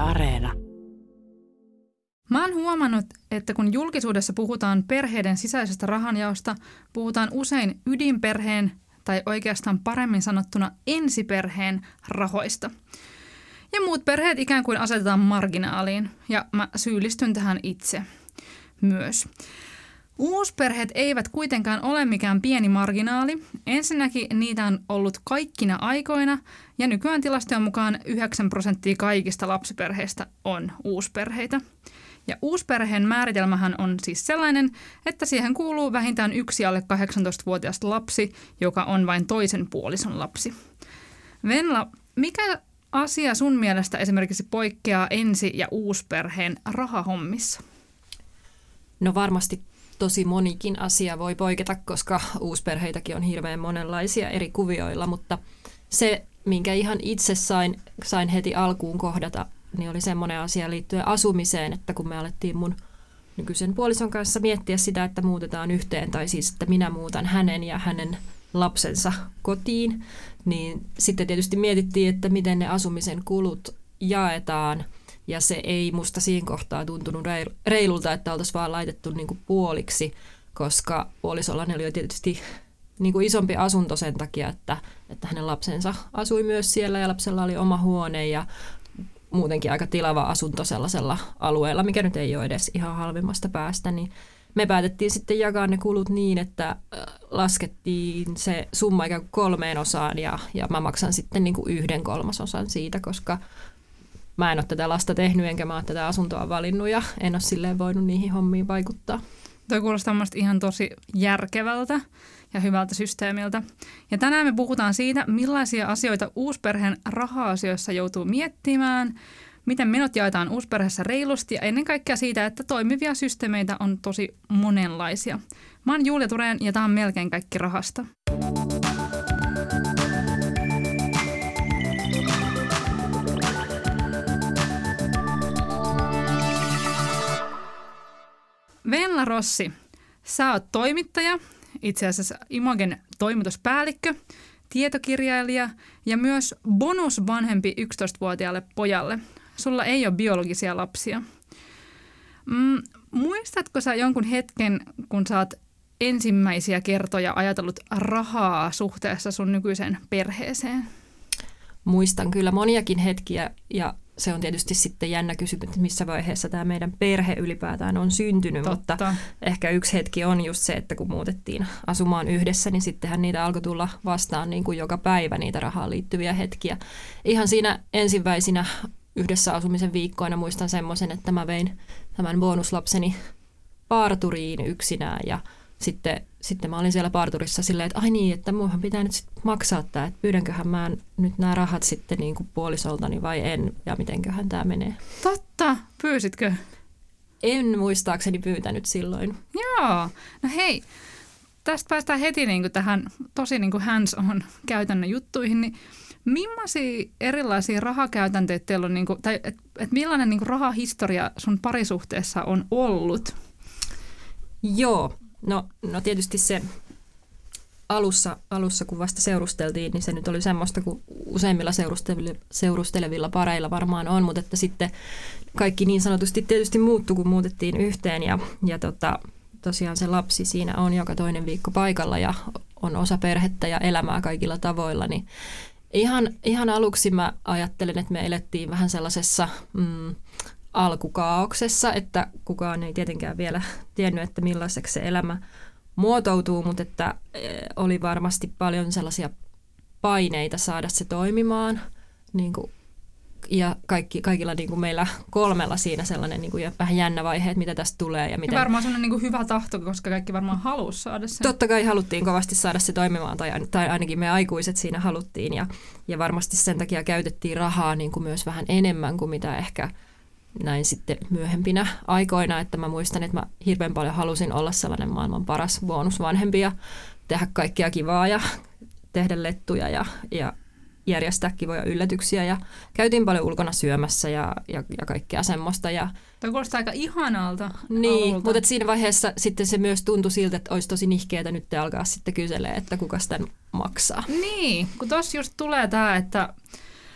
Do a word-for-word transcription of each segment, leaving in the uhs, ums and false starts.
Areena. Mä oon huomannut, että kun julkisuudessa puhutaan perheiden sisäisestä rahanjaosta, puhutaan usein ydinperheen tai oikeastaan paremmin sanottuna ensiperheen rahoista. Ja muut perheet ikään kuin asetetaan marginaaliin, ja mä syyllistyn tähän itse myös. Uusperheet eivät kuitenkaan ole mikään pieni marginaali. Ensinnäkin niitä on ollut kaikkina aikoina, ja nykyään tilastojen mukaan yhdeksän prosenttia kaikista lapsiperheistä on uusperheitä. Ja uusperheen määritelmähän on siis sellainen, että siihen kuuluu vähintään yksi alle kahdeksantoistavuotias lapsi, joka on vain toisen puolison lapsi. Venla, mikä asia sun mielestä esimerkiksi poikkeaa ensi- ja uusperheen rahahommissa? No varmasti tosi monikin asia voi poiketa, koska uusperheitäkin on hirveän monenlaisia eri kuvioilla, mutta se, minkä ihan itse sain, sain heti alkuun kohdata, niin oli semmoinen asia liittyen asumiseen, että kun me alettiin mun nykyisen puolison kanssa miettiä sitä, että muutetaan yhteen, tai siis, että minä muutan hänen ja hänen lapsensa kotiin, niin sitten tietysti mietittiin, että miten ne asumisen kulut jaetaan, ja se ei musta siinä kohtaa tuntunut reilulta, että oltaisiin vaan laitettu niin kuin puoliksi, koska puolisollani oli jo tietysti niin kuin isompi asunto sen takia, että, että hänen lapsensa asui myös siellä, ja lapsella oli oma huone, ja muutenkin aika tilava asunto sellaisella alueella, mikä nyt ei ole edes ihan halvimmasta päästä, niin me päätettiin sitten jakaa ne kulut niin, että laskettiin se summa ikään kuin kolmeen osaan, ja, ja mä maksan sitten niin kuin yhden kolmasosan siitä, koska mä en ole tätä lasta tehnyt, enkä mä ole tätä asuntoa valinnut, ja en ole silleen voinut niihin hommiin vaikuttaa. Toi kuulostaa mielestäni ihan tosi järkevältä ja hyvältä systeemiltä. Ja tänään me puhutaan siitä, millaisia asioita uusperheen raha-asioissa joutuu miettimään, miten menot jaetaan uusperheessä reilusti ja ennen kaikkea siitä, että toimivia systeemeitä on tosi monenlaisia. Mä oon Julia Tureen ja tää on Melkein kaikki rahasta. Venla Rossi, sä oot toimittaja, itse asiassa Imagen toimituspäällikkö, tietokirjailija ja myös bonusvanhempi yksitoistavuotiaalle pojalle. Sulla ei ole biologisia lapsia. Mm, muistatko sä jonkun hetken, kun sä oot ensimmäisiä kertoja ajatellut rahaa suhteessa sun nykyiseen perheeseen? Muistan kyllä moniakin hetkiä, ja se on tietysti sitten jännä kysymys, että missä vaiheessa tämä meidän perhe ylipäätään on syntynyt, Totta. Mutta ehkä yksi hetki on just se, että kun muutettiin asumaan yhdessä, niin sittenhän niitä alkoi tulla vastaan niin kuin joka päivä niitä rahaan liittyviä hetkiä. Ihan siinä ensimmäisinä yhdessä asumisen viikkoina muistan semmoisen, että mä vein tämän bonuslapseni parturiin yksinään, ja Sitten, sitten mä olin siellä parturissa silleen, että ai niin, että muuhan pitää nyt sit maksaa tämä, että pyydänköhän mä nyt nämä rahat sitten niin kuin puolisoltani vai en, ja mitenköhän tämä menee. Totta, pyysitkö? En muistaakseni pyytänyt silloin. Joo, no hei, tästä päästään heti niin kuin tähän tosi niin kuin hands-on käytännön juttuihin, niin millaisia erilaisia rahakäytänteitä teillä on, niin kuin, tai et, et millainen niin kuin rahahistoria sun parisuhteessa on ollut? Joo. No, no tietysti se alussa, alussa, kun vasta seurusteltiin, niin se nyt oli semmoista, kuin useimmilla seurustelevilla, seurustelevilla pareilla varmaan on, mutta että sitten kaikki niin sanotusti tietysti muuttui, kun muutettiin yhteen, ja, ja tota, tosiaan se lapsi siinä on joka toinen viikko paikalla ja on osa perhettä ja elämää kaikilla tavoilla, niin ihan, ihan aluksi mä ajattelen, että me elettiin vähän sellaisessa Mm, alkukaauksessa, että kukaan ei tietenkään vielä tiennyt, että millaiseksi se elämä muotoutuu, mutta että oli varmasti paljon sellaisia paineita saada se toimimaan. Niin kuin, ja kaikki, kaikilla niin kuin meillä kolmella siinä sellainen niin kuin vähän jännä vaihe, että mitä tästä tulee. Ja, miten... ja varmaan sellainen niin kuin hyvä tahto, koska kaikki varmaan halusi saada sen. Totta kai haluttiin kovasti saada se toimimaan, tai, tai ainakin me aikuiset siinä haluttiin. Ja, ja varmasti sen takia käytettiin rahaa niin kuin myös vähän enemmän kuin mitä ehkä näin sitten myöhempinä aikoina, että mä muistan, että mä hirveän paljon halusin olla sellainen maailman paras bonusvanhempi ja tehdä kaikkea kivaa ja tehdä lettuja ja, ja järjestää kivoja yllätyksiä ja käytiin paljon ulkona syömässä ja, ja, ja kaikkea semmoista. Ja Tämä kuulostaa aika ihanalta. Niin, alulta. Mutta siinä vaiheessa sitten se myös tuntui siltä, että olisi tosi nihkeetä nyt alkaa sitten kyselee, että kuka sitä maksaa. Niin, kun tuossa just tulee tämä, että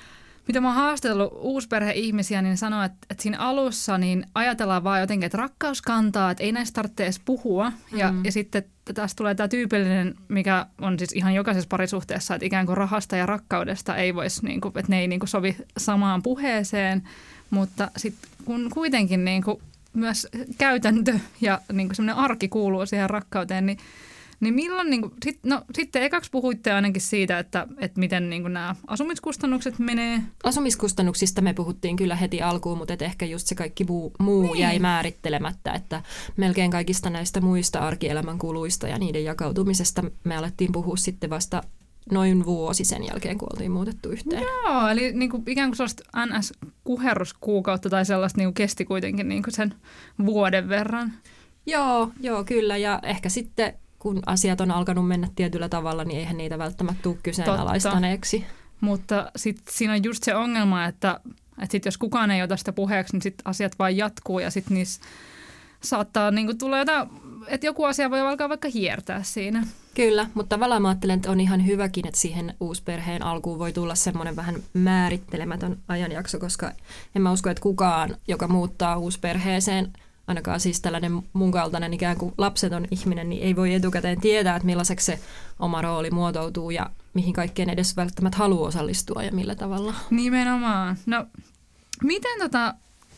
mitä mä oon haastatellut uusperhe-ihmisiä, niin sanoo, että, että siinä alussa niin ajatellaan vaan jotenkin, että rakkaus kantaa, että ei näistä tarvitse edes puhua. Ja, mm. ja sitten tässä tulee tämä tyypillinen, mikä on siis ihan jokaisessa parisuhteessa, että ikään kuin rahasta ja rakkaudesta ei voisi, niin kuin, että ne ei niin kuin sovi samaan puheeseen, mutta sitten kun kuitenkin niin kuin myös käytäntö ja niin kuin semmoinen arki kuuluu siihen rakkauteen, niin Niin milloin, niin kuin, sit, no sitten ekaksi puhuitte ainakin siitä, että, että miten niin kuin nämä asumiskustannukset menee. Asumiskustannuksista me puhuttiin kyllä heti alkuun, mutta et ehkä just se kaikki muu, muu niin. jäi määrittelemättä, että melkein kaikista näistä muista arkielämän kuluista ja niiden jakautumisesta me alettiin puhua sitten vasta noin vuosi sen jälkeen, kun oltiin muutettu yhteen. Joo, eli niin kuin ikään kuin sellaista N S-kuherruskuukautta tai sellaista niin kuin kesti kuitenkin niin kuin sen vuoden verran. Joo, joo, kyllä ja ehkä sitten kun asiat on alkanut mennä tietyllä tavalla, niin eihän niitä välttämättä tule kyseenalaistaneeksi. Mutta sitten siinä on just se ongelma, että, että sit jos kukaan ei ota sitä puheeksi, niin sitten asiat vain jatkuu ja sitten niissä saattaa niinku tulla jotain, että joku asia voi alkaa vaikka hiertää siinä. Kyllä, mutta tavallaan mä ajattelen, että on ihan hyväkin, että siihen uusperheen alkuun voi tulla semmoinen vähän määrittelemätön ajanjakso, koska en mä usko, että kukaan, joka muuttaa uusperheeseen, ainakaan siis tällainen mun kaltainen ikään kuin lapseton ihminen, niin ei voi etukäteen tietää, että millaiseksi se oma rooli muotoutuu ja mihin kaikkeen edes välttämättä haluaa osallistua ja millä tavalla. Nimenomaan. No, miten tota,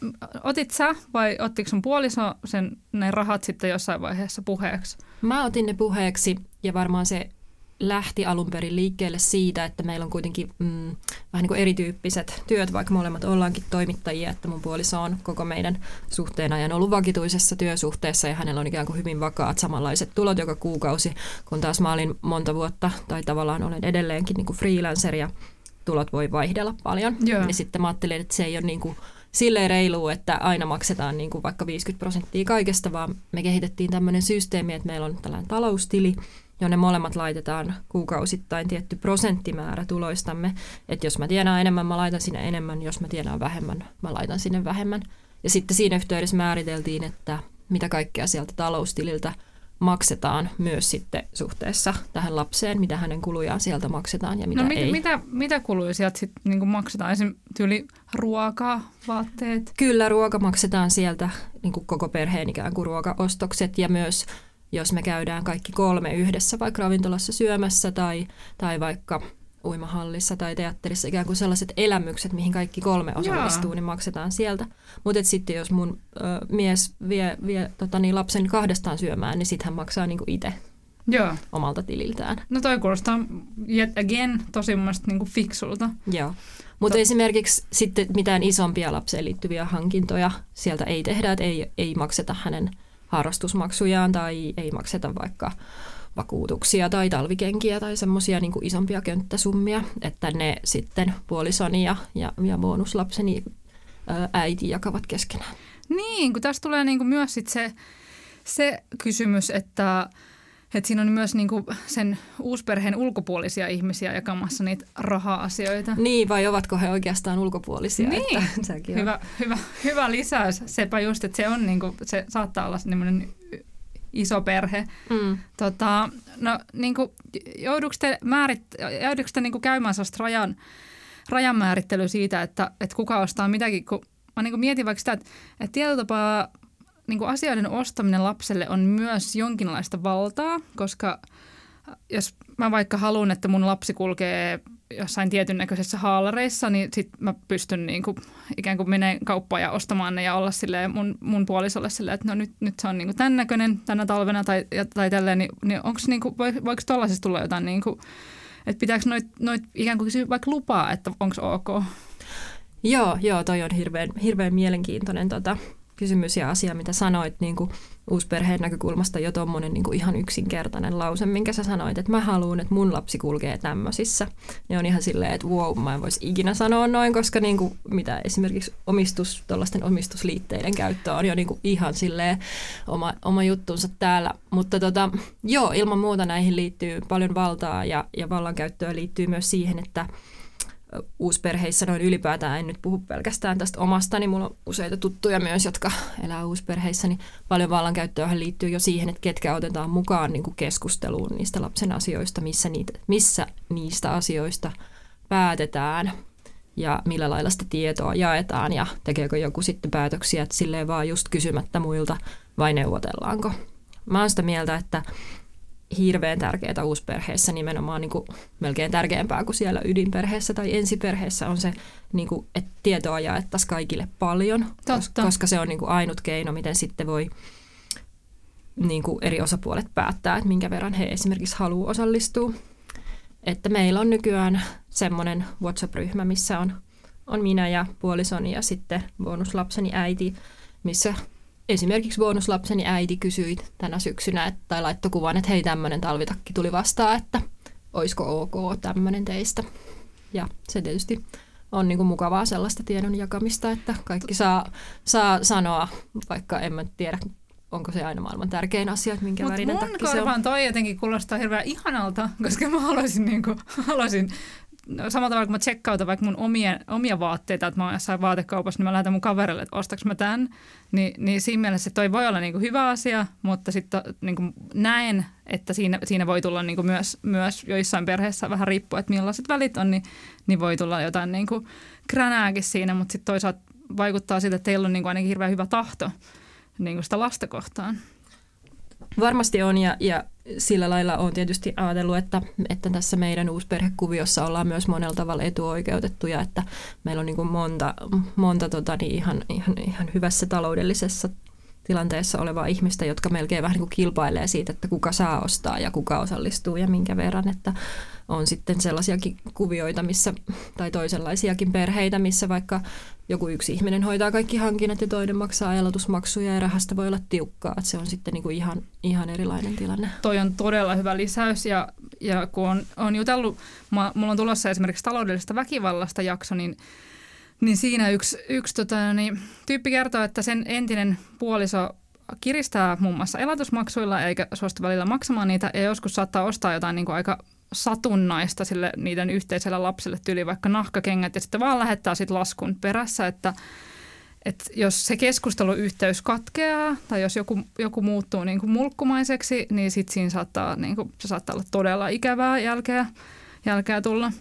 otit sä vai ottiko sun puoliso sen, ne rahat sitten jossain vaiheessa puheeksi? Mä otin ne puheeksi ja varmaan se lähti alun perin liikkeelle siitä, että meillä on kuitenkin mm, vähän niin kuin erityyppiset työt, vaikka molemmat ollaankin toimittajia, että mun puoliso on koko meidän suhteen ajan ollut vakituisessa työsuhteessa ja hänellä on ikään kuin hyvin vakaat samanlaiset tulot joka kuukausi, kun taas mä olin monta vuotta tai tavallaan olen edelleenkin niin kuin freelancer ja tulot voi vaihdella paljon. Joo. Ja sitten mä ajattelin, että se ei ole niin kuin silleen reilua, että aina maksetaan niin kuin vaikka viisikymmentä prosenttia kaikesta, vaan me kehitettiin tämmöinen systeemi, että meillä on tällainen taloustili, jonne molemmat laitetaan kuukausittain tietty prosenttimäärä tuloistamme. Että jos mä tienaan enemmän, mä laitan sinne enemmän. Jos mä tienaan vähemmän, mä laitan sinne vähemmän. Ja sitten siinä yhteydessä määriteltiin, että mitä kaikkea sieltä taloustililtä maksetaan myös sitten suhteessa tähän lapseen, mitä hänen kulujaan sieltä maksetaan ja mitä no, mit, ei. Mitä, mitä kuluja sieltä sitten niin kuin maksetaan? Esimerkiksi tyyli ruokaa, vaatteet? Kyllä, ruoka maksetaan sieltä niin kuin koko perheen ikään kuin ruokaostokset ja myös jos me käydään kaikki kolme yhdessä vaikka ravintolassa syömässä tai, tai vaikka uimahallissa tai teatterissa, ikään kuin sellaiset elämykset, mihin kaikki kolme osallistuu, Jaa. niin maksetaan sieltä. Mutta sitten jos mun ö, mies vie, vie tota niin, lapsen kahdestaan syömään, niin sitten hän maksaa niinku itse omalta tililtään. No toi kuulostaa yet again tosi mun mielestä niinku fiksulta. Joo. Mutta to- esimerkiksi sitten mitään isompia lapseen liittyviä hankintoja sieltä ei tehdä, että ei, ei makseta hänen harrastusmaksujaan tai ei makseta vaikka vakuutuksia tai talvikenkiä tai semmoisia niin kuin isompia könttäsummia, että ne sitten puolisoni ja, ja, ja bonuslapseni ää, äiti jakavat keskenään. Niin, kun tässä tulee niin kuin myös sit se, se kysymys, että, että siinä on myös niin kuin sen uusperheen ulkopuolisia ihmisiä jakamassa niitä raha-asioita. Niin, vai ovatko he oikeastaan ulkopuolisia? Niin, että sekin on. hyvä, hyvä, hyvä lisäys. Sepä just, että se, on niin kuin, se saattaa olla semmoinen iso perhe. Mm. Tota, no, niin kuin, jouduiko te, määrit, jouduiko te niin kuin käymään sellaista rajan, rajan määrittelyä siitä, että, että kuka ostaa mitäkin? Kun mä niin kuin mietin vaikka sitä, että, että tietyllä tapaa niin kuin asioiden ostaminen lapselle on myös jonkinlaista valtaa, koska jos mä vaikka haluan, että mun lapsi kulkee jossain tietyn näköisessä haalareissa, niin sit mä pystyn niin kuin, ikään kuin menee kauppaan ja ostamaan ne ja olla silleen mun, mun puolisolle silleen, että no nyt, nyt se on niin kuin tämän näköinen tänä talvena tai, tai tälleen, niin, niin onko niin kuin, voiko tuollaisesta tulla jotain, niin kuin, että pitääkö noit, noit ikään kuin kysyä vaikka lupaa, että onko ok? Joo, joo, toi on hirveän, hirveän mielenkiintoinen tota, kysymys ja asia, mitä sanoit niin kuin uusperheen näkökulmasta jo tommonen niin kuin ihan yksinkertainen lause, minkä sä sanoit, että mä haluan, että mun lapsi kulkee tämmöisissä. Ja on ihan silleen, että wow, mä en voisi ikinä sanoa noin, koska niin kuin, mitä esimerkiksi omistus, tuollaisten omistusliitteiden käyttö on jo niin kuin ihan silleen oma, oma juttunsa täällä. Mutta tota, joo, ilman muuta näihin liittyy paljon valtaa ja, ja vallankäyttöä liittyy myös siihen, että uusperheissä noin ylipäätään, en nyt puhu pelkästään tästä omasta, niin mulla on useita tuttuja myös, jotka elää uusperheissä, niin paljon vallankäyttöä liittyy jo siihen, että ketkä otetaan mukaan niin kuin keskusteluun niistä lapsen asioista, missä, niitä, missä niistä asioista päätetään. ja millä lailla sitä tietoa jaetaan ja tekeekö joku sitten päätöksiä, että silleen vaan just kysymättä muilta vai neuvotellaanko. Mä oon sitä mieltä, että hirveän tärkeää uusperheessä nimenomaan niin kuin melkein tärkeämpää kuin siellä ydinperheessä tai ensiperheessä on se, niin kuin, että tietoa jaettaisiin kaikille paljon, Totta. koska se on niin kuin ainut keino, miten sitten voi niin kuin eri osapuolet päättää, että minkä verran he esimerkiksi haluaa osallistua. Että meillä on nykyään semmoinen WhatsApp-ryhmä, missä on, on minä ja puolisoni ja sitten bonuslapseni äiti, missä esimerkiksi bonuslapseni äiti kysyi tänä syksynä että, tai laittoi kuvan, että hei, tämmöinen talvitakki tuli vastaan, että olisiko ok tämmöinen teistä. Ja se tietysti on niin kuin mukavaa sellaista tiedon jakamista, että kaikki saa, saa sanoa, vaikka en mä tiedä, onko se aina maailman tärkein asia, että minkä Mut värinen takki se on. mun korvaan toi jotenkin kuulostaa hirveän ihanalta, koska mä haluaisin, niin kuin, haluaisin no, samalla tavalla kun mä tsekkautan vaikka mun omia, omia vaatteita, että mä oon jossain vaatekaupassa, niin mä lähetän mun kaverille, että ostaks mä tämän. Ni, niin siinä mielessä toi voi olla niin kuin hyvä asia, mutta sitten niin kuin näen, että siinä, siinä voi tulla niin kuin myös, myös joissain perheissä vähän riippuu, että millaiset välit on, niin, niin voi tulla jotain niin kuin kränääkin siinä, mutta sitten toisaalta vaikuttaa siitä, että teillä on niin kuin ainakin hirveän hyvä tahto niin kuin sitä lasta kohtaan. Varmasti on ja, ja sillä lailla on tietysti ajatellut, että, että tässä meidän uusperhekuviossa ollaan myös monella tavalla etuoikeutettuja, että meillä on niin kuin monta, monta tota, niin ihan, ihan, ihan hyvässä taloudellisessa tilanteessa olevaa ihmistä, jotka melkein vähän niin kuin kilpailee siitä, että kuka saa ostaa ja kuka osallistuu ja minkä verran, että on sitten sellaisiakin kuvioita, missä, tai toisenlaisiakin perheitä, missä vaikka joku yksi ihminen hoitaa kaikki hankinnat ja toinen maksaa elatusmaksuja ja rahasta voi olla tiukkaa, että se on sitten niin kuin ihan, ihan erilainen tilanne. Toi on todella hyvä lisäys ja, ja kun on, on jutellut, mä, mulla on tulossa esimerkiksi taloudellisesta väkivallasta jakso, niin Niin siinä yksi, yksi tota, niin, tyyppi kertoo, että sen entinen puoliso kiristää muun muassa elatusmaksuilla eikä suostu välillä maksamaan niitä ja joskus saattaa ostaa jotain niin kuin aika satunnaista sille niiden yhteiselle lapselle tyyli vaikka nahkakengät ja sitten vaan lähettää sit laskun perässä, että, että jos se keskusteluyhteys katkeaa tai jos joku, joku muuttuu niin kuin mulkkumaiseksi, niin sitten siinä saattaa, niin kuin, se saattaa olla todella ikävää jälkeä, jälkeä tulla.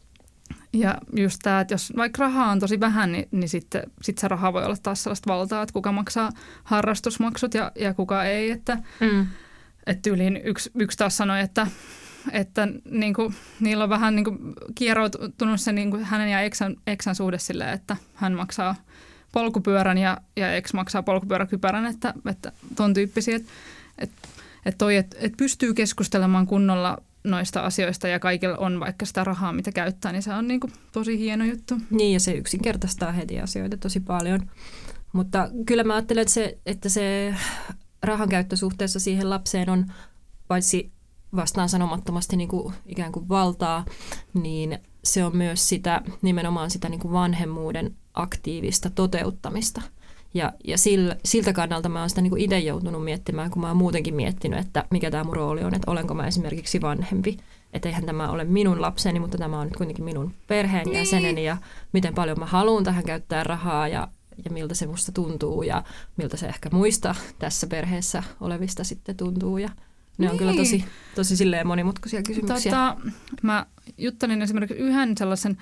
Ja just tämä, että jos vaikka rahaa on tosi vähän, niin, niin sitten sit se raha voi olla taas sellaista valtaa, että kuka maksaa harrastusmaksut ja, ja kuka ei. Että mm. et tyyliin yksi, yksi taas sanoi, että, että niin kuin, niillä on vähän niin kuin kieroutunut se niin kuin hänen ja eksän, eksän suhde silleen, että hän maksaa polkupyörän ja, ja eks maksaa polkupyöräkypärän, että, että ton tyyppisiä. Että et, et toi, että et pystyy keskustelemaan kunnolla noista asioista ja kaikilla on vaikka sitä rahaa, mitä käyttää, niin se on niin kuin tosi hieno juttu. Niin ja se yksinkertaistaa heti asioita tosi paljon. Mutta kyllä mä ajattelen, että se, että se rahan käyttö suhteessa siihen lapseen on paitsi vastaan sanomattomasti niin kuin ikään kuin valtaa, niin se on myös sitä, nimenomaan sitä niin kuin vanhemmuuden aktiivista toteuttamista. Ja, ja sillä, siltä kannalta mä oon sitä niin itse joutunut miettimään, kun mä oon muutenkin miettinyt, että mikä tämä mun rooli on, että olenko mä esimerkiksi vanhempi. Että eihän tämä ole minun lapseni, mutta tämä on nyt kuitenkin minun perheenjäseneni ja miten paljon mä haluan tähän käyttää rahaa ja, ja miltä se musta tuntuu ja miltä se ehkä muista tässä perheessä olevista sitten tuntuu. Ja ne on niin. Kyllä tosi, tosi silleen monimutkaisia kysymyksiä. Tota, mä juttelin esimerkiksi yhden sellaisen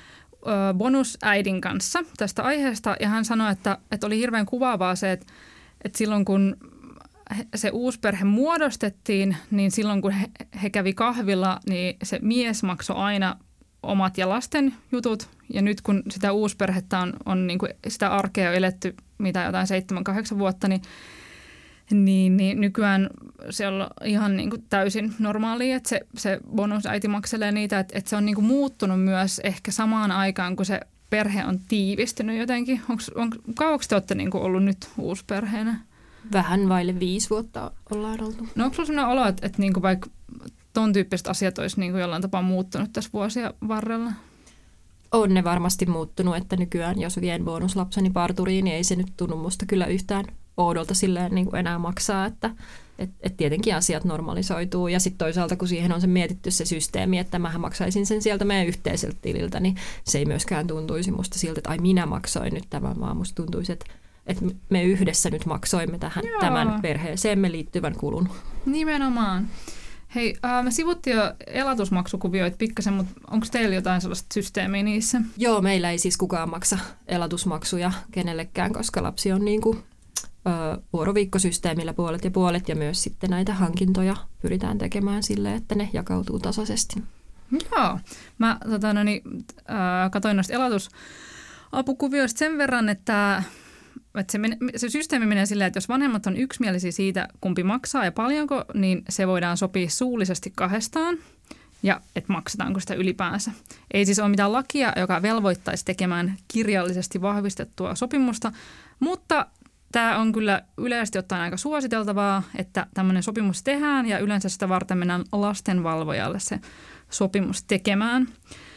bonusäidin kanssa tästä aiheesta ja hän sanoi, että, että oli hirveän kuvaavaa se, että, että silloin kun se uusperhe muodostettiin, niin silloin kun he, he kävi kahvilla, niin se mies maksoi aina omat ja lasten jutut ja nyt kun sitä uusperhettä on, on niin kuin sitä arkea eletty mitä jotain seitsemän, kahdeksan vuotta, niin Niin, niin nykyään se on ihan niin kuin täysin normaalia, että se, se bonusäiti makselee niitä, että, että se on niin kuin muuttunut myös ehkä samaan aikaan, kun se perhe on tiivistynyt jotenkin. Onks, on, kauanko te olette niin kuin ollut nyt uusperheenä? Vähän vaille viisi vuotta ollaan oltu. No onko sinulla sellainen olo, että, että niin kuin vaikka ton tyyppiset asiat olisi niin kuin jollain tapaa muuttunut tässä vuosien varrella? On ne varmasti muuttunut, että nykyään jos vien bonuslapseni parturiin, niin ei se nyt tunnu musta kyllä yhtään oudolta silleen niin kuin enää maksaa, että et, et tietenkin asiat normalisoituu. Ja sitten toisaalta, kun siihen on se mietitty se systeemi, että mähän maksaisin sen sieltä meidän yhteiseltä tililtä, niin se ei myöskään tuntuisi musta siltä, että ai minä maksoin nyt tämän, vaan musta tuntuisi, että, että me yhdessä nyt maksoimme tähän, tämän perheeseemme liittyvän kulun. Nimenomaan. Hei, äh, me sivuttiin jo elatusmaksukuvioita pikkasen, mutta onko teillä jotain sellaista systeemiä niissä? Joo, meillä ei siis kukaan maksa elatusmaksuja kenellekään, koska lapsi on niin kuin, ö, vuoroviikkosysteemillä puolet ja puolet, ja myös sitten näitä hankintoja pyritään tekemään sille, että ne jakautuu tasaisesti. Joo, mä tota, no niin, äh, katsoin noista elatusapukuvioista sen verran, että Että se, se systeemi menee silleen, että jos vanhemmat on yksimielisiä siitä, kumpi maksaa ja paljonko, niin se voidaan sopia suullisesti kahdestaan ja että maksetaanko sitä ylipäänsä. Ei siis ole mitään lakia, joka velvoittaisi tekemään kirjallisesti vahvistettua sopimusta, mutta tämä on kyllä yleisesti ottaen aika suositeltavaa, että tämmöinen sopimus tehdään ja yleensä sitä varten mennään lastenvalvojalle se sopimus tekemään.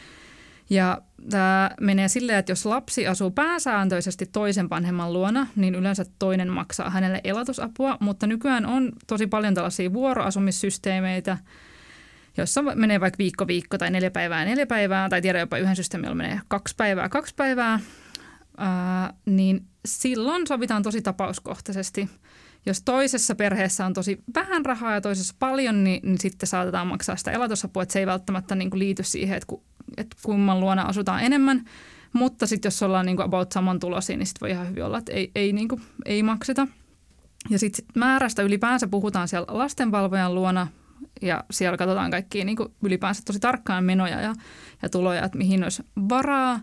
Ja tämä menee silleen, että jos lapsi asuu pääsääntöisesti toisen vanhemman luona, niin yleensä toinen maksaa hänelle elatusapua, mutta nykyään on tosi paljon tällaisia vuoroasumissysteemeitä, jossa menee vaikka viikko viikko tai neljä päivää neljä päivää, tai tiedä jopa yhden systeemillä menee kaksi päivää kaksi päivää, ää, niin silloin sovitaan tosi tapauskohtaisesti. Jos toisessa perheessä on tosi vähän rahaa ja toisessa paljon, niin, niin sitten saatetaan maksaa sitä elatusapua, että se ei välttämättä niin kuin liity siihen, että, ku, että kumman luona asutaan enemmän. Mutta sitten jos ollaan niin kuin about samantuloisia, niin sitten voi ihan hyvin olla, että ei, ei, niin kuin, ei makseta. Ja sitten sit määrästä ylipäänsä puhutaan siellä lastenvalvojan luona ja siellä katsotaan kaikkia niin kuin ylipäänsä tosi tarkkaan menoja ja, ja tuloja, että mihin olisi varaa.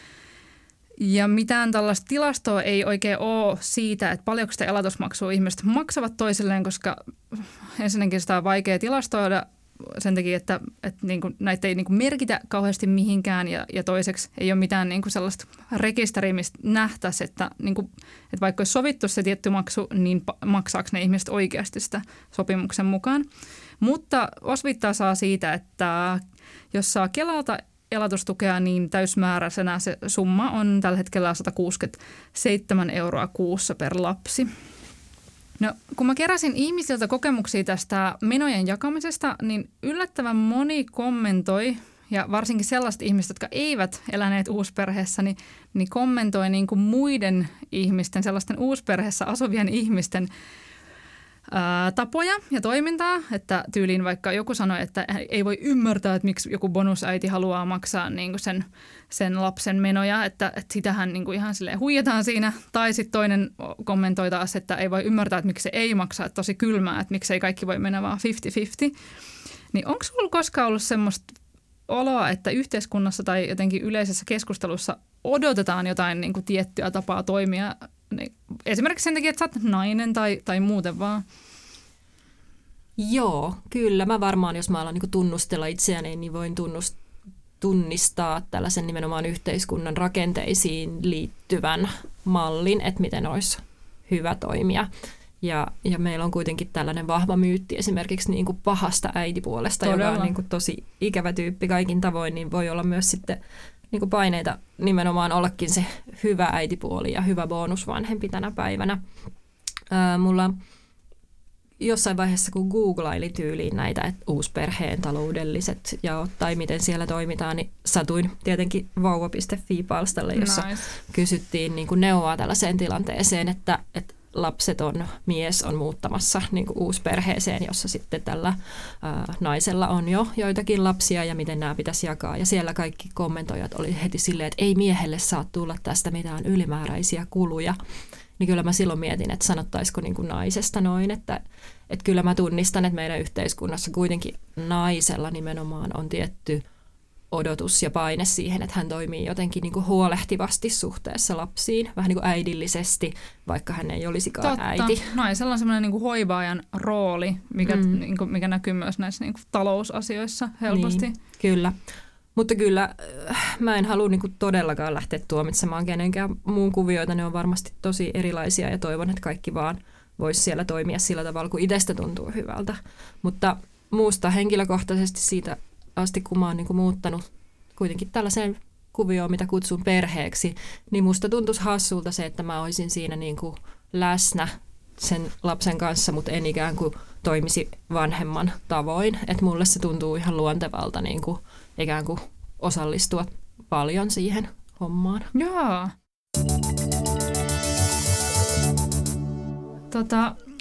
Ja mitään tällaista tilastoa ei oikein ole siitä, että paljonko sitä elatusmaksua ihmiset maksavat toisilleen, koska ensinnäkin sitä on vaikea tilastoida sen takia, että, että niin kuin näitä ei niin kuin merkitä kauheasti mihinkään ja, ja toiseksi ei ole mitään niin kuin sellaista rekisteriä, mistä nähtäisi, että, niin kuin, että vaikka olisi sovittu se tietty maksu, niin maksaako ne ihmiset oikeasti sitä sopimuksen mukaan. Mutta osvittaa saa siitä, että jos saa Kelalta elatustukea, niin täysmääräisenä se summa on tällä hetkellä sata kuusikymmentäseitsemän euroa kuussa per lapsi. No, kun mä keräsin ihmisiltä kokemuksia tästä menojen jakamisesta, niin yllättävän moni kommentoi, ja varsinkin sellaiset ihmiset, jotka eivät eläneet uusperheessä, niin, niin kommentoi niin kuin muiden ihmisten, sellaisten uusperheessä asuvien ihmisten ää, tapoja ja toimintaa, että tyyliin vaikka joku sanoi, että ei voi ymmärtää, että miksi joku bonusäiti haluaa maksaa niin kuin sen, sen lapsen menoja, että, että sitähän niin kuin ihan silleen huijataan siinä. Tai sitten toinen kommentoi taas, että ei voi ymmärtää, että miksi se ei maksaa, että tosi kylmää, että miksi ei kaikki voi mennä vaan viisikymmentä viisikymmentä. Niin onko sinulla koskaan ollut semmoista oloa, että yhteiskunnassa tai jotenkin yleisessä keskustelussa odotetaan jotain niin kuin tiettyä tapaa toimia, niin esimerkiksi sen takia, että sä oot nainen tai, tai muuten vaan? Joo, kyllä. Mä varmaan, jos mä alan niin tunnustella itseäni, niin voin tunnust, tunnistaa tällaisen nimenomaan yhteiskunnan rakenteisiin liittyvän mallin, että miten olisi hyvä toimia. Ja, ja meillä on kuitenkin tällainen vahva myytti esimerkiksi niin kuin pahasta äitipuolesta, Todella. joka on niin kuin tosi ikävä tyyppi kaikin tavoin, niin voi olla myös sitten niin kuin paineita nimenomaan ollakin se hyvä äitipuoli ja hyvä bonusvanhempi tänä päivänä. Ää, mulla jossain vaiheessa, kun googlailin tyyliin näitä että uusperheen taloudelliset jaot tai miten siellä toimitaan, niin satuin tietenkin vauva piste fi-palstalle, jossa nice. kysyttiin niin kuin neuvoa tällaiseen tilanteeseen, että, että lapseton mies on muuttamassa niin kuin uusperheeseen, jossa sitten tällä ää, naisella on jo joitakin lapsia ja miten nämä pitäisi jakaa. Ja siellä kaikki kommentoijat oli heti silleen, että ei miehelle saa tulla tästä mitään ylimääräisiä kuluja. Niin kyllä mä silloin mietin, että sanottaisiko niin kuin naisesta noin, että, että kyllä mä tunnistan, että meidän yhteiskunnassa kuitenkin naisella nimenomaan on tietty odotus ja paine siihen, että hän toimii jotenkin niin kuin huolehtivasti suhteessa lapsiin, vähän niin kuin äidillisesti, vaikka hän ei olisikaan Totta. äiti. Naisella on sellainen niin kuin hoivaajan rooli, mikä, mm. niin kuin, mikä näkyy myös näissä niin kuin talousasioissa helposti. Niin, kyllä. Mutta kyllä mä en halua niin kuin todellakaan lähteä tuomitsemaan kenenkään muun kuvioita. Ne on varmasti tosi erilaisia ja toivon, että kaikki vaan voisi siellä toimia sillä tavalla, kun itsestä tuntuu hyvältä. Mutta muusta henkilökohtaisesti siitä asti, kun mä oon niin kuin muuttanut kuitenkin tällaiseen kuvioon, mitä kutsun perheeksi, niin musta tuntuisi hassulta se, että mä olisin siinä niin kuin läsnä sen lapsen kanssa, mutta en ikään kuin toimisi vanhemman tavoin. Että mulle se tuntuu ihan luontevalta niin kuin ikään kuin osallistua paljon siihen hommaan. Joo. Tota,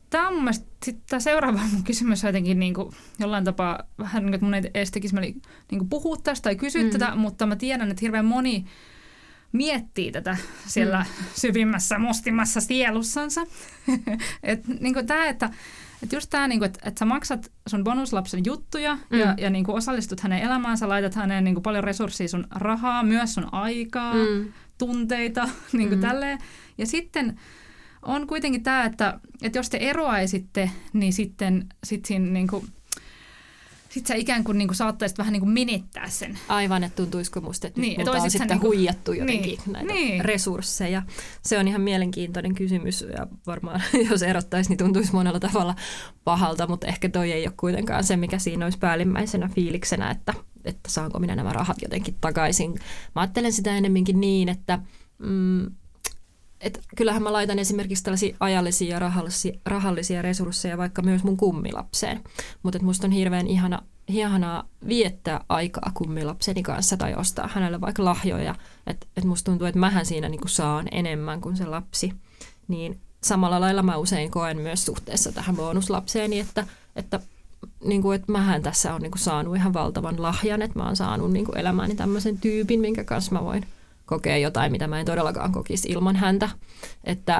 tämä on mun mielestä, sit tämä seuraava mun kysymys on jotenkin niin kuin jollain tapaa vähän niin kuin, että mun ei edes tekisi niin kuin puhua tästä tai kysyä mm. tätä, mutta mä tiedän, että hirveän moni miettii tätä siellä mm. syvimmässä, mustimmassa sielussansa. että niin kuin tämä, että Että just tämä, niinku, että et sä maksat sun bonuslapsen juttuja mm. ja, ja niinku osallistut hänen elämäänsä, laitat häneen niinku paljon resurssia, sun rahaa, myös sun aikaa, mm. tunteita, niinku mm. tälleen. Ja sitten on kuitenkin tämä, että, että jos te eroaisitte, niin sitten sit siinä niinku, sit sä ikään kuin niinku saattaisit vähän niinku menettää sen. Aivan, että tuntuisiko musta, että niin, multa on sitten niinku huijattu jotenkin niin, näitä niin. resursseja. Se on ihan mielenkiintoinen kysymys ja varmaan jos erottaisi, niin tuntuisi monella tavalla pahalta, mutta ehkä toi ei ole kuitenkaan se, mikä siinä olisi päällimmäisenä fiiliksenä, että, että saanko minä nämä rahat jotenkin takaisin. Mä ajattelen sitä enemmänkin niin, että mm, et kyllähän mä laitan esimerkiksi tällaisia ajallisia ja rahallisia, rahallisia resursseja vaikka myös mun kummilapseen. Mutta musta on hirveän ihana, ihanaa viettää aikaa kummilapseni kanssa tai ostaa hänelle vaikka lahjoja. Että et musta tuntuu, että mähän siinä niinku saan enemmän kuin se lapsi. Niin samalla lailla mä usein koen myös suhteessa tähän bonuslapseeni, että, että, niinku, että mähän tässä on niinku saanut ihan valtavan lahjan. Että mä oon saanut niinku elämääni tämmöisen tyypin, minkä kanssa mä voin kokee jotain, mitä mä en todellakaan kokisi ilman häntä, että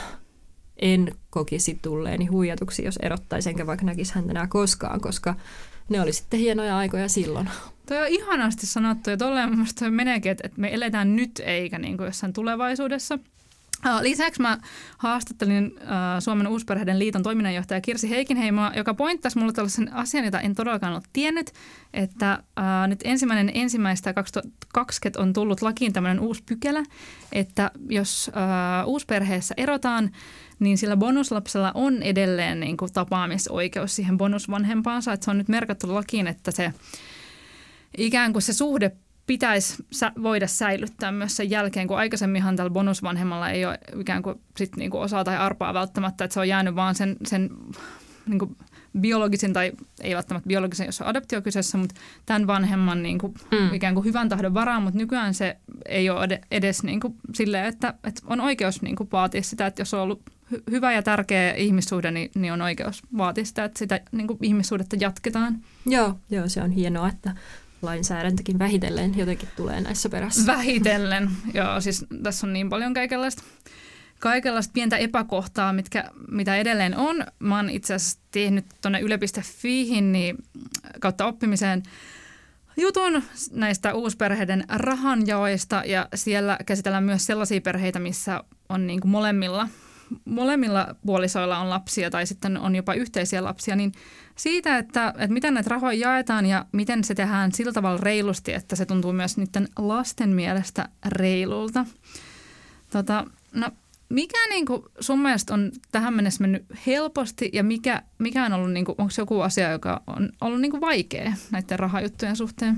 en kokisi tulleeni huijatuksi, jos erottaisi, enkä vaikka näkisi häntä enää koskaan, koska ne oli sitten hienoja aikoja silloin. Toi on ihanasti sanottu ja tolleen mun mielestä meneekin, että me eletään nyt eikä niin kuin jossain tulevaisuudessa. Lisäksi mä haastattelin Suomen Uusperheiden liiton toiminnanjohtaja Kirsi Heikinheimoa, joka pointtasi mulle tällaisen asian, jota en todellakaan ole tiennyt, että ää, nyt ensimmäinen ensimmäistä kaksituhattakaksikymmentä on tullut lakiin tämmöinen uusi pykälä, että jos ää, uusperheessä erotaan, niin sillä bonuslapsella on edelleen niin kuin tapaamisoikeus siihen bonusvanhempaansa, että se on nyt merkattu lakiin, että se ikään kuin se suhde pitäisi voida säilyttää myös sen jälkeen, kun aikaisemminhan tällä bonusvanhemmalla ei ole ikään kuin sit niinku osaa tai arpaa välttämättä, että se on jäänyt vaan sen, sen niinku biologisen tai ei välttämättä biologisen, jos on adoptio kyseessä, mutta tämän vanhemman niinku mm. ikään kuin hyvän tahdon varaan, mutta nykyään se ei ole edes niinku silleen, että, että on oikeus niinku vaatia sitä, että jos on ollut hy- hyvä ja tärkeä ihmissuhde, niin, niin on oikeus vaatia sitä, että sitä niinku ihmissuhdetta jatketaan. Joo, joo, se on hienoa, että lainsäädäntökin vähitellen jotenkin tulee näissä perässä. Vähitellen, joo, siis tässä on niin paljon kaikenlaista, kaikenlaista pientä epäkohtaa, mitkä, mitä edelleen on. Mä oon itse asiassa tehnyt tuonne yle piste fiihin niin, kautta oppimiseen jutun näistä uusperheiden rahanjaoista ja siellä käsitellään myös sellaisia perheitä, missä on niin kuin molemmilla, molemmilla puolisoilla on lapsia tai sitten on jopa yhteisiä lapsia, niin siitä, että, että miten näitä rahoja jaetaan ja miten se tehdään sillä tavalla reilusti, että se tuntuu myös niiden lasten mielestä reilulta. Tota, no, mikä niin kuin sun mielestä on tähän mennessä mennyt helposti ja mikä, mikä on ollut, niin kuin, onko se joku asia, joka on ollut niin kuin vaikea näiden rahajuttujen suhteen?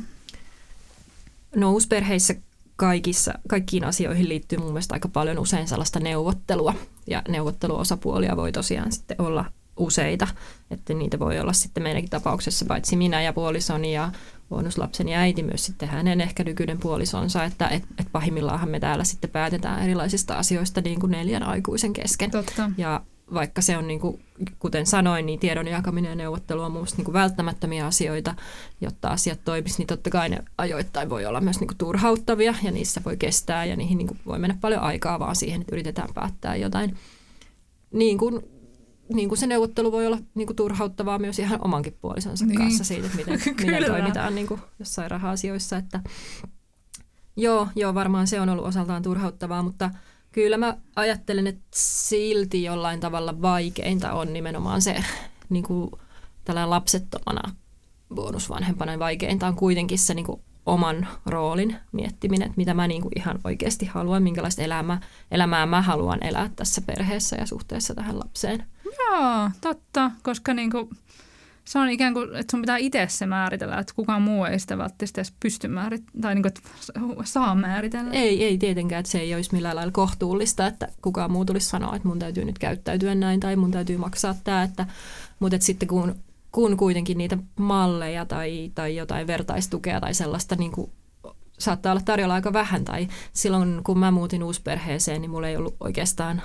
No uusperheissä kaikissa, kaikkiin asioihin liittyy mun mielestä aika paljon usein sellaista neuvottelua ja neuvotteluosapuolia voi tosiaan sitten olla useita, että niitä voi olla sitten meidänkin tapauksessa paitsi minä ja puolisoni ja bonuslapseni äiti myös sitten hänen ehkä nykyinen puolisonsa, että et, et pahimmillaanhan me täällä sitten päätetään erilaisista asioista niin kuin neljän aikuisen kesken. Totta. Ja vaikka se on niin kuin, kuten sanoin, niin tiedon jakaminen ja neuvottelu on minusta niin kuin välttämättömiä asioita, jotta asiat toimisi, niin totta kai ne ajoittain voi olla myös niin kuin turhauttavia ja niissä voi kestää ja niihin niin kuin voi mennä paljon aikaa vaan siihen, että yritetään päättää jotain niin kuin niin kuin se neuvottelu voi olla niin kuin turhauttavaa myös ihan omankin puolisonsa niin. kanssa siitä, että miten, miten toimitaan niin kuin jossain raha-asioissa. Että joo, joo, varmaan se on ollut osaltaan turhauttavaa, mutta kyllä mä ajattelen, että silti jollain tavalla vaikeinta on nimenomaan se niin kuin tällainen lapsettomana bonusvanhempana vaikeinta on kuitenkin se niin kuin oman roolin miettiminen, että mitä mä niin kuin ihan oikeasti haluan, minkälaista elämää, elämää mä haluan elää tässä perheessä ja suhteessa tähän lapseen. Joo, totta, koska niinku, se on ikään kuin, että sun pitää itse se määritellä, että kukaan muu ei sitä välttämättä edes pysty määrittämään, tai niinku, että saa määritellä. Ei, ei tietenkään, että se ei olisi millään lailla kohtuullista, että kukaan muu tulisi sanoa, että mun täytyy nyt käyttäytyä näin, tai mun täytyy maksaa tämä, että, mutta että sitten kun, kun kuitenkin niitä malleja tai, tai jotain vertaistukea tai sellaista niin kuin saattaa olla tarjolla aika vähän, tai silloin kun mä muutin uusperheeseen, niin mulla ei ollut oikeastaan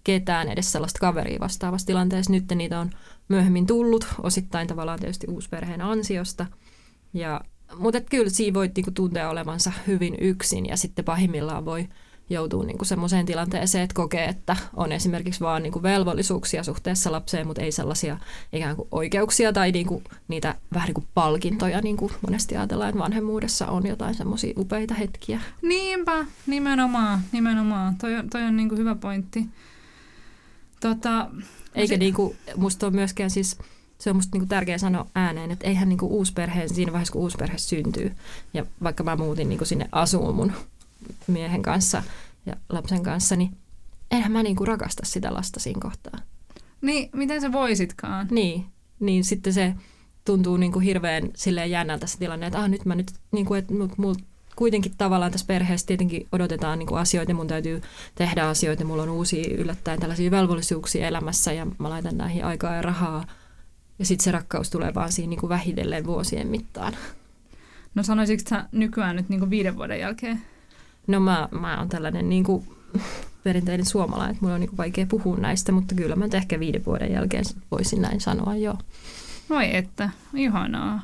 ketään edes sellaista kaveria vastaavassa tilanteessa. Nyt niitä on myöhemmin tullut, osittain tavallaan tietysti uusperheen ansiosta. Ja, mutta kyllä siinä voi niinku tuntea olevansa hyvin yksin ja sitten pahimmillaan voi joutua niinku semmoiseen tilanteeseen, että kokee, että on esimerkiksi vaan niinku velvollisuuksia suhteessa lapseen, mutta ei sellaisia ikään kuin oikeuksia tai niinku niitä vähän niin kuin palkintoja, niin kuin monesti ajatellaan, että vanhemmuudessa on jotain semmoisia upeita hetkiä. Niinpä, nimenomaan, nimenomaan. Toi on, toi on niinku hyvä pointti. Tota, Eikä se... niinku, musta on myöskään siis, se on musta niinku tärkeää sanoa ääneen, että eihän niinku uusperheen siinä vaiheessa, kun uusperhe syntyy, ja vaikka mä muutin niinku sinne asuun mun miehen kanssa ja lapsen kanssa, niin eihän mä niinku rakasta sitä lasta siinä kohtaa. Niin, miten sä voisitkaan? Niin, niin sitten se tuntuu niinku hirveän silleen jännältä se tilanne, että ah, nyt mä nyt, niinku, että mut, mut kuitenkin tavallaan tässä perheessä tietenkin odotetaan niinku asioita, mun täytyy tehdä asioita, mulla on uusia yllättäen tällaisia velvollisuuksia elämässä ja mä laitan näihin aikaa ja rahaa. Ja sitten se rakkaus tulee vaan siinä niinku vähitellen vuosien mittaan. No sanoisitko sä nykyään nyt niinku viiden vuoden jälkeen? No mä, mä oon tällainen niinku perinteinen suomalainen, että mulla on niinku vaikea puhua näistä, mutta kyllä mä ehkä viiden vuoden jälkeen voisin näin sanoa, joo. Voi että, ihanaa.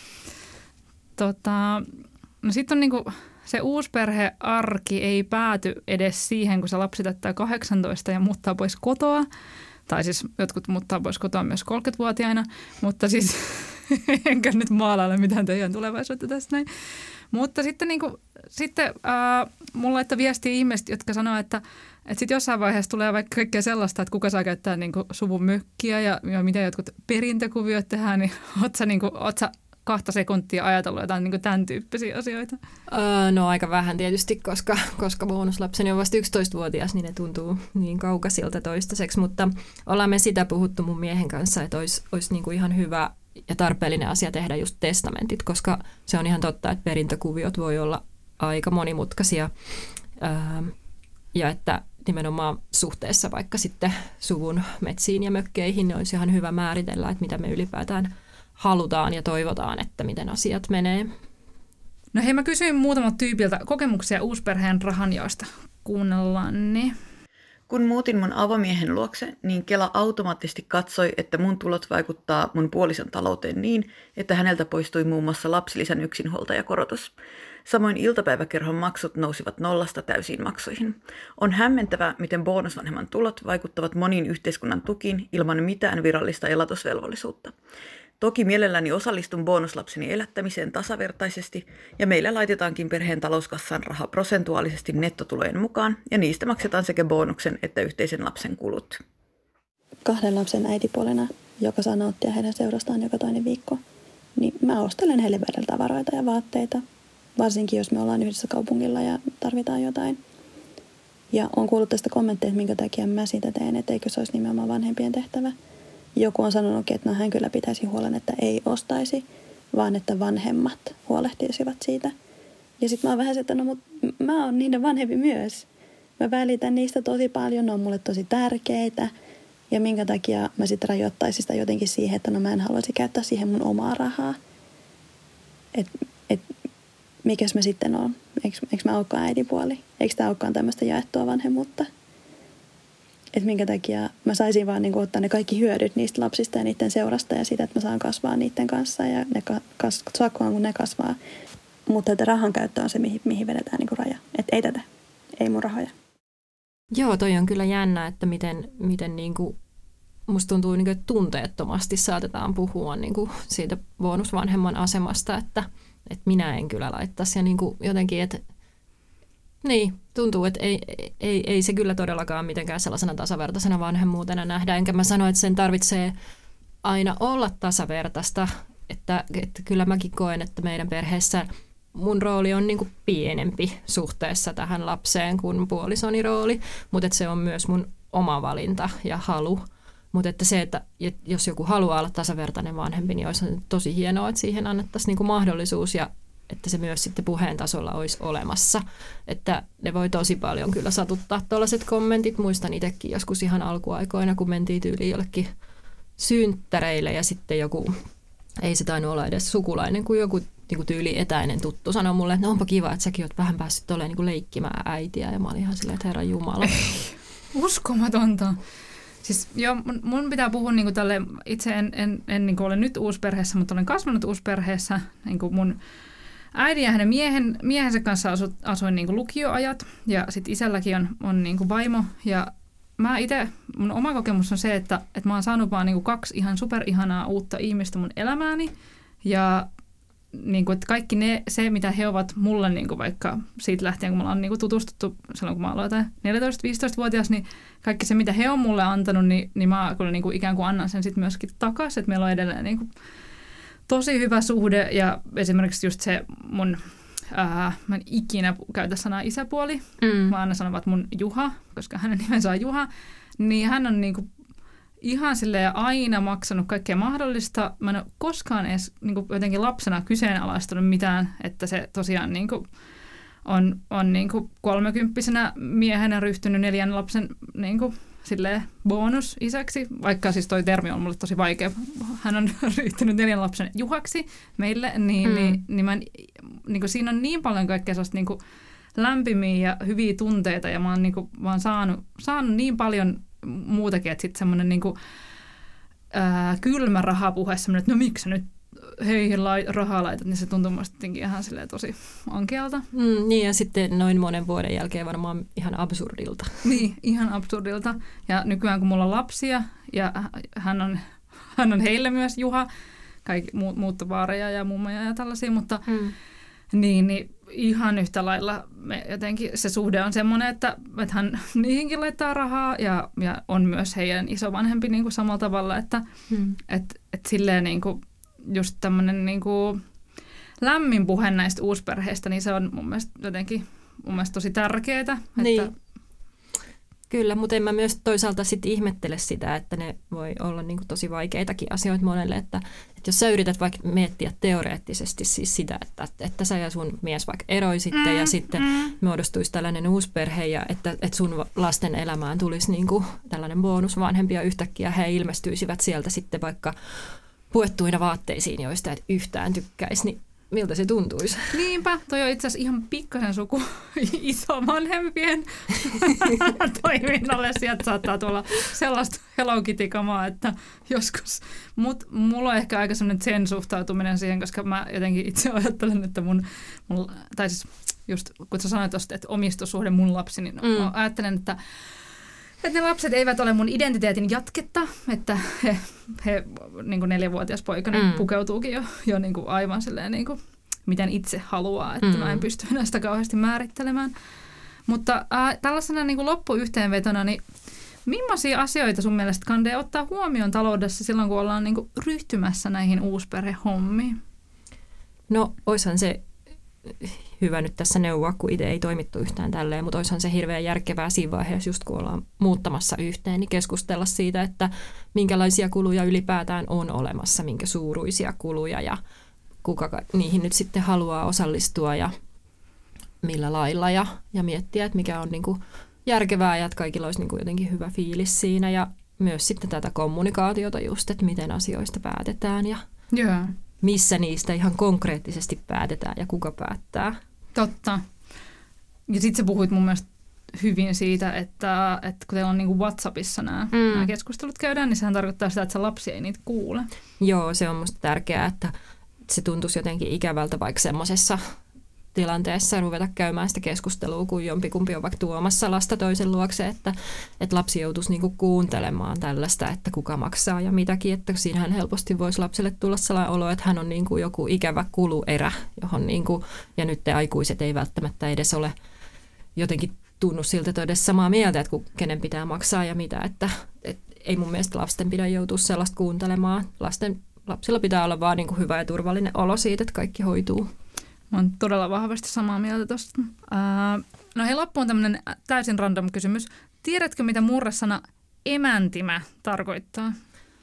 Tota, no sitten on niinku se uusperhearki ei pääty edes siihen, kun se lapsi täyttää kahdeksantoista ja muuttaa pois kotoa. Tai siis jotkut muuttaa pois kotoa myös kolmekymmentävuotiaina, mutta siis enkä nyt maalaile mitään teidän tulevaisuutta tästä näin. Mutta sitten, niin kuin, sitten äh, mulla laittoi viestiä ihmiset, jotka sanoo, että, että sitten jossain vaiheessa tulee vaikka kaikkea sellaista, että kuka saa käyttää niin kuin suvun mökkiä ja, ja mitä jotkut perintökuviot tehdään, niin oot sä, niin kuin, oot sä kahta sekuntia ajatellut jotain niin kuin tämän tyyppisiä asioita? Öö, no aika vähän tietysti, koska, koska bonuslapseni on vasta yksitoistavuotias, niin ne tuntuu niin kaukaisilta toistaiseksi, mutta ollaan me sitä puhuttu mun miehen kanssa, että olisi, olisi niin kuin ihan hyvä ja tarpeellinen asia tehdä just testamentit, koska se on ihan totta, että perintökuviot voi olla aika monimutkaisia öö, ja että nimenomaan suhteessa vaikka sitten suvun metsiin ja mökkeihin, niin olisi ihan hyvä määritellä, että mitä me ylipäätään halutaan ja toivotaan, että miten asiat menee. No hei, mä kysyin muutamalta tyypiltä kokemuksia uusperheen rahanjaosta. Kuunnellaan ne. Kun muutin mun avomiehen luokse, niin Kela automaattisesti katsoi, että mun tulot vaikuttaa mun puolison talouteen niin, että häneltä poistui muun muassa lapsilisän yksinhuoltajakorotus. Samoin iltapäiväkerhon maksut nousivat nollasta täysiin maksuihin. On hämmentävää, miten bonusvanhemman tulot vaikuttavat moniin yhteiskunnan tukiin ilman mitään virallista elatusvelvollisuutta. Toki mielelläni osallistun bonuslapseni elättämiseen tasavertaisesti ja meillä laitetaankin perheen talouskassaan raha prosentuaalisesti nettotulojen mukaan ja niistä maksetaan sekä bonuksen että yhteisen lapsen kulut. Kahden lapsen äitipuolena, joka saa nauttia heidän seurastaan joka toinen viikko, niin mä ostelen heille välillä tavaroita ja vaatteita, varsinkin jos me ollaan yhdessä kaupungilla ja tarvitaan jotain. Ja on kuullut tästä kommentteja, että minkä takia mä sitä teen, että eikö se olisi nimenomaan vanhempien tehtävä. Joku on sanonutkin, että no, hän kyllä pitäisi huolen, että ei ostaisi, vaan että vanhemmat huolehtisivat siitä. Ja sitten mä oon vähän se, että no mut mä oon niiden vanhempi myös. Mä välitän niistä tosi paljon, ne on mulle tosi tärkeitä. Ja minkä takia mä sitten rajoittaisin sitä jotenkin siihen, että no mä en haluaisi käyttää siihen mun omaa rahaa. Että et, mikäs mä sitten oon? Eikö, eikö mä olekaan äidipuoli? Eikö tää olekaan tämmöistä jaettua vanhemmuutta? Että minkä takia mä saisin vaan niin kuin ottaa ne kaikki hyödyt niistä lapsista ja niiden seurasta ja siitä, että mä saan kasvaa niiden kanssa ja ne kas, kasvaa, kun ne kasvaa. Mutta että rahan käyttö on se, mihin, mihin vedetään niin kuin raja. Että ei tätä, ei mun rahoja. Joo, toi on kyllä jännä, että miten, miten niin kuin, musta tuntuu, niin kuin, että tunteettomasti saatetaan puhua niin kuin siitä bonusvanhemman asemasta, että, että minä en kyllä laittaisi. Ja niin kuin jotenkin, että niin, tuntuu, että ei, ei, ei se kyllä todellakaan mitenkään sellaisena tasavertaisena vanhemmuutena nähdä. Enkä mä sano, että sen tarvitsee aina olla tasavertaista. Että, että kyllä mäkin koen, että meidän perheessä mun rooli on niin kuin pienempi suhteessa tähän lapseen kuin puolisoni rooli. Mutta se on myös mun oma valinta ja halu. Mutta että se, että jos joku haluaa olla tasavertainen vanhempi, niin olisi tosi hienoa, että siihen annettaisiin niin kuin mahdollisuus ja että se myös sitten puheen tasolla olisi olemassa. Että ne voi tosi paljon kyllä satuttaa tuollaiset kommentit. Muistan itsekin joskus ihan alkuaikoina, kun mentiin tyyliin jollekin synttäreille ja sitten joku, ei se tainnut olla edes sukulainen, kuin joku niin kuin tyyli etäinen tuttu sanoi mulle, että no onpa kiva, että säkin oot vähän päässyt olemaan niin kuin leikkimään äitiä. Ja mä olin ihan silleen, että herran jumala. Uskomatonta. Siis joo, mun pitää puhua niinku tälle, itse en, en, en niinku ole nyt uusperheessä, mutta olen kasvanut uusperheessä. Niinku mun äidin ja hänen miehen, miehensä kanssa asu, asuin niinku lukioajat ja sitten isälläkin on, on niinku vaimo. Ja mä itse, mun oma kokemus on se, että, että mä oon saanut vaan niinku kaksi ihan superihanaa uutta ihmistä mun elämääni. Ja niin kuin, että kaikki ne, se, mitä he ovat mulle niin kuin vaikka siitä lähtien, kun me ollaan niin kuin tutustuttu silloin, kun mä aloitan neljätoista-viisitoista-vuotias, niin kaikki se, mitä he on mulle antanut, niin, niin mä kyllä niin kuin ikään kuin annan sen sitten myöskin takaisin, että meillä on edelleen niin kuin tosi hyvä suhde ja esimerkiksi just se mun, ää, mä en ikinä käytä sanaa isäpuoli, mm. mä aina sanon, että mun Juha, koska hänen nimensä on Juha, niin hän on niin kuin ihan silleen aina maksanut kaikkea mahdollista. Mä en ole koskaan edes niin kuin jotenkin lapsena kyseenalaistanut mitään, että se tosiaan niin kuin on, on niin kuin kolmekymppisenä miehenä ryhtynyt neljän lapsen niin kuin silleen bonusisäksi, vaikka siis toi termi on mulle tosi vaikea. Hän on ryhtynyt neljän lapsen Juhaksi meille, niin, mm. niin, niin, mä, niin kuin siinä on niin paljon kaikkea sellaista niin kuin lämpimiä ja hyviä tunteita ja mä oon, niin kuin, mä oon saanut, saanut niin paljon muutakin, että sitten semmoinen niinku, ää, kylmä rahapuhe, semmoinen, että no miksi sä nyt heihin lai, rahaa laitat, niin se tuntuu musta jotenkin ihan silleen tosi ankealta. Mm, niin ja sitten noin monen vuoden jälkeen varmaan ihan absurdilta. Niin, ihan absurdilta. Ja nykyään kun mulla on lapsia ja hän on, hän on heille myös Juha, kaikki mu- muuttovaareja ja mummoja ja tällaisia, mutta mm. niin, niin ihan yhtä lailla me jotenkin se suhde on semmoinen, että, että hän niihinkin laittaa rahaa ja, ja on myös heidän isovanhempi niin kuin samalla tavalla, että hmm. et, et silleen niin kuin just tämmöinen niin kuin lämmin puhe näistä uusperheistä, niin se on mun mielestä jotenkin mun mielestä tosi tärkeää. Niin. Että Kyllä, mutta en mä myös toisaalta sit ihmettele sitä, että ne voi olla niinku tosi vaikeitakin asioita monelle, että, että jos sä yrität vaikka miettiä teoreettisesti siis sitä, että, että sä ja sun mies vaikka eroisitte mm, ja sitten mm. muodostuisi tällainen uusperhe ja että, että sun lasten elämään tulisi niinku tällainen bonusvanhempi ja yhtäkkiä he ilmestyisivät sieltä sitten vaikka puettuina vaatteisiin, joista et yhtään tykkäisi, niin miltä se tuntuisi? Niinpä, toi on itse asiassa ihan pikkasen suku isovanhempien toiminnalle. Sieltä saattaa tulla sellaista Hello Kitty-kamaa, että joskus. Mutta mulla on ehkä aika sellainen zen suhtautuminen siihen, koska mä jotenkin itse ajattelen, että mun, mun tai siis just kun sä sanoit tosta, että omistussuhde mun lapsi, niin mm. ajattelen, että Että ne lapset eivät ole mun identiteetin jatketta, että he, he niin kuin neljävuotias poika mm. pukeutuukin jo, jo niin kuin aivan silleen, niin kuin, miten itse haluaa, että mm. mä en pysty enää sitä kauheasti määrittelemään. Mutta äh, tällaisena niin kuin loppuyhteenvetona, niin millaisia asioita sun mielestä kandee ottaa huomioon taloudessa silloin, kun ollaan niin kuin ryhtymässä näihin uusperhehommiin? No, oishan se hyvä nyt tässä neuvoa, kun itse ei toimittu yhtään tälleen, mutta olisihan se hirveän järkevää siinä vaiheessa, just kun ollaan muuttamassa yhteen, niin keskustella siitä, että minkälaisia kuluja ylipäätään on olemassa, minkä suuruisia kuluja ja kuka niihin nyt sitten haluaa osallistua ja millä lailla ja, ja miettiä, että mikä on niin kuin järkevää ja että kaikilla olisi niin kuin jotenkin hyvä fiilis siinä ja myös sitten tätä kommunikaatiota just, että miten asioista päätetään ja yeah. missä niistä ihan konkreettisesti päätetään ja kuka päättää. Totta. Ja sitten sä puhuit mun mielestä hyvin siitä, että, että kun teillä on niinku WhatsAppissa nämä, mm. nämä keskustelut käydään, niin sehän tarkoittaa sitä, että se lapsi ei niitä kuule. Joo, se on musta tärkeää, että se tuntuisi jotenkin ikävältä vaikka semmoisessa tilanteessa ruveta käymään sitä keskustelua, kun jompikumpi on vaikka tuomassa lasta toisen luokse, että, että lapsi joutuisi niinku kuuntelemaan tällaista, että kuka maksaa ja mitäkin, että siinähän helposti voisi lapselle tulla sellainen olo, että hän on niinku joku ikävä kuluerä, johon niinku, ja nyt te aikuiset ei välttämättä edes ole jotenkin tunnu siltä, että edes samaa mieltä, että kenen pitää maksaa ja mitä, että et ei mun mielestä lasten pidä joutua sellaista kuuntelemaan. Lasten, lapsilla pitää olla vaan niinku hyvä ja turvallinen olo siitä, että kaikki hoituu. Mä oon todella vahvasti samaa mieltä tosta. Ää, no hei, loppuun tämmönen täysin random kysymys. Tiedätkö, mitä murresana emäntimä tarkoittaa?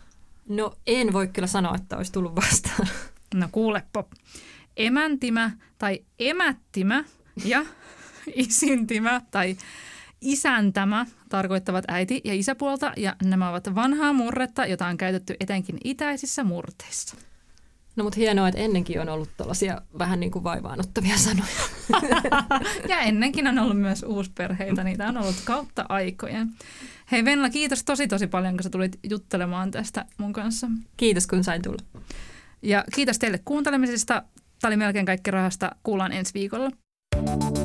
No en voi kyllä sanoa, että olisi tullut vastaan. No kuulepo. Emäntimä tai emättimä ja isintimä tai isäntämä tarkoittavat äiti- ja isäpuolta ja nämä ovat vanhaa murretta, jota on käytetty etenkin itäisissä murteissa. No mutta hienoa, että ennenkin on ollut tällaisia vähän niin kuin vaivaanottavia sanoja. Ja ennenkin on ollut myös uusperheitä, niitä on ollut kautta aikojen. Hei Venla, kiitos tosi tosi paljon, kun sä tulit juttelemaan tästä mun kanssa. Kiitos, kun sain tulla. Ja kiitos teille kuuntelemisesta. Tämä oli melkein kaikki rahasta. Kuullaan ensi viikolla.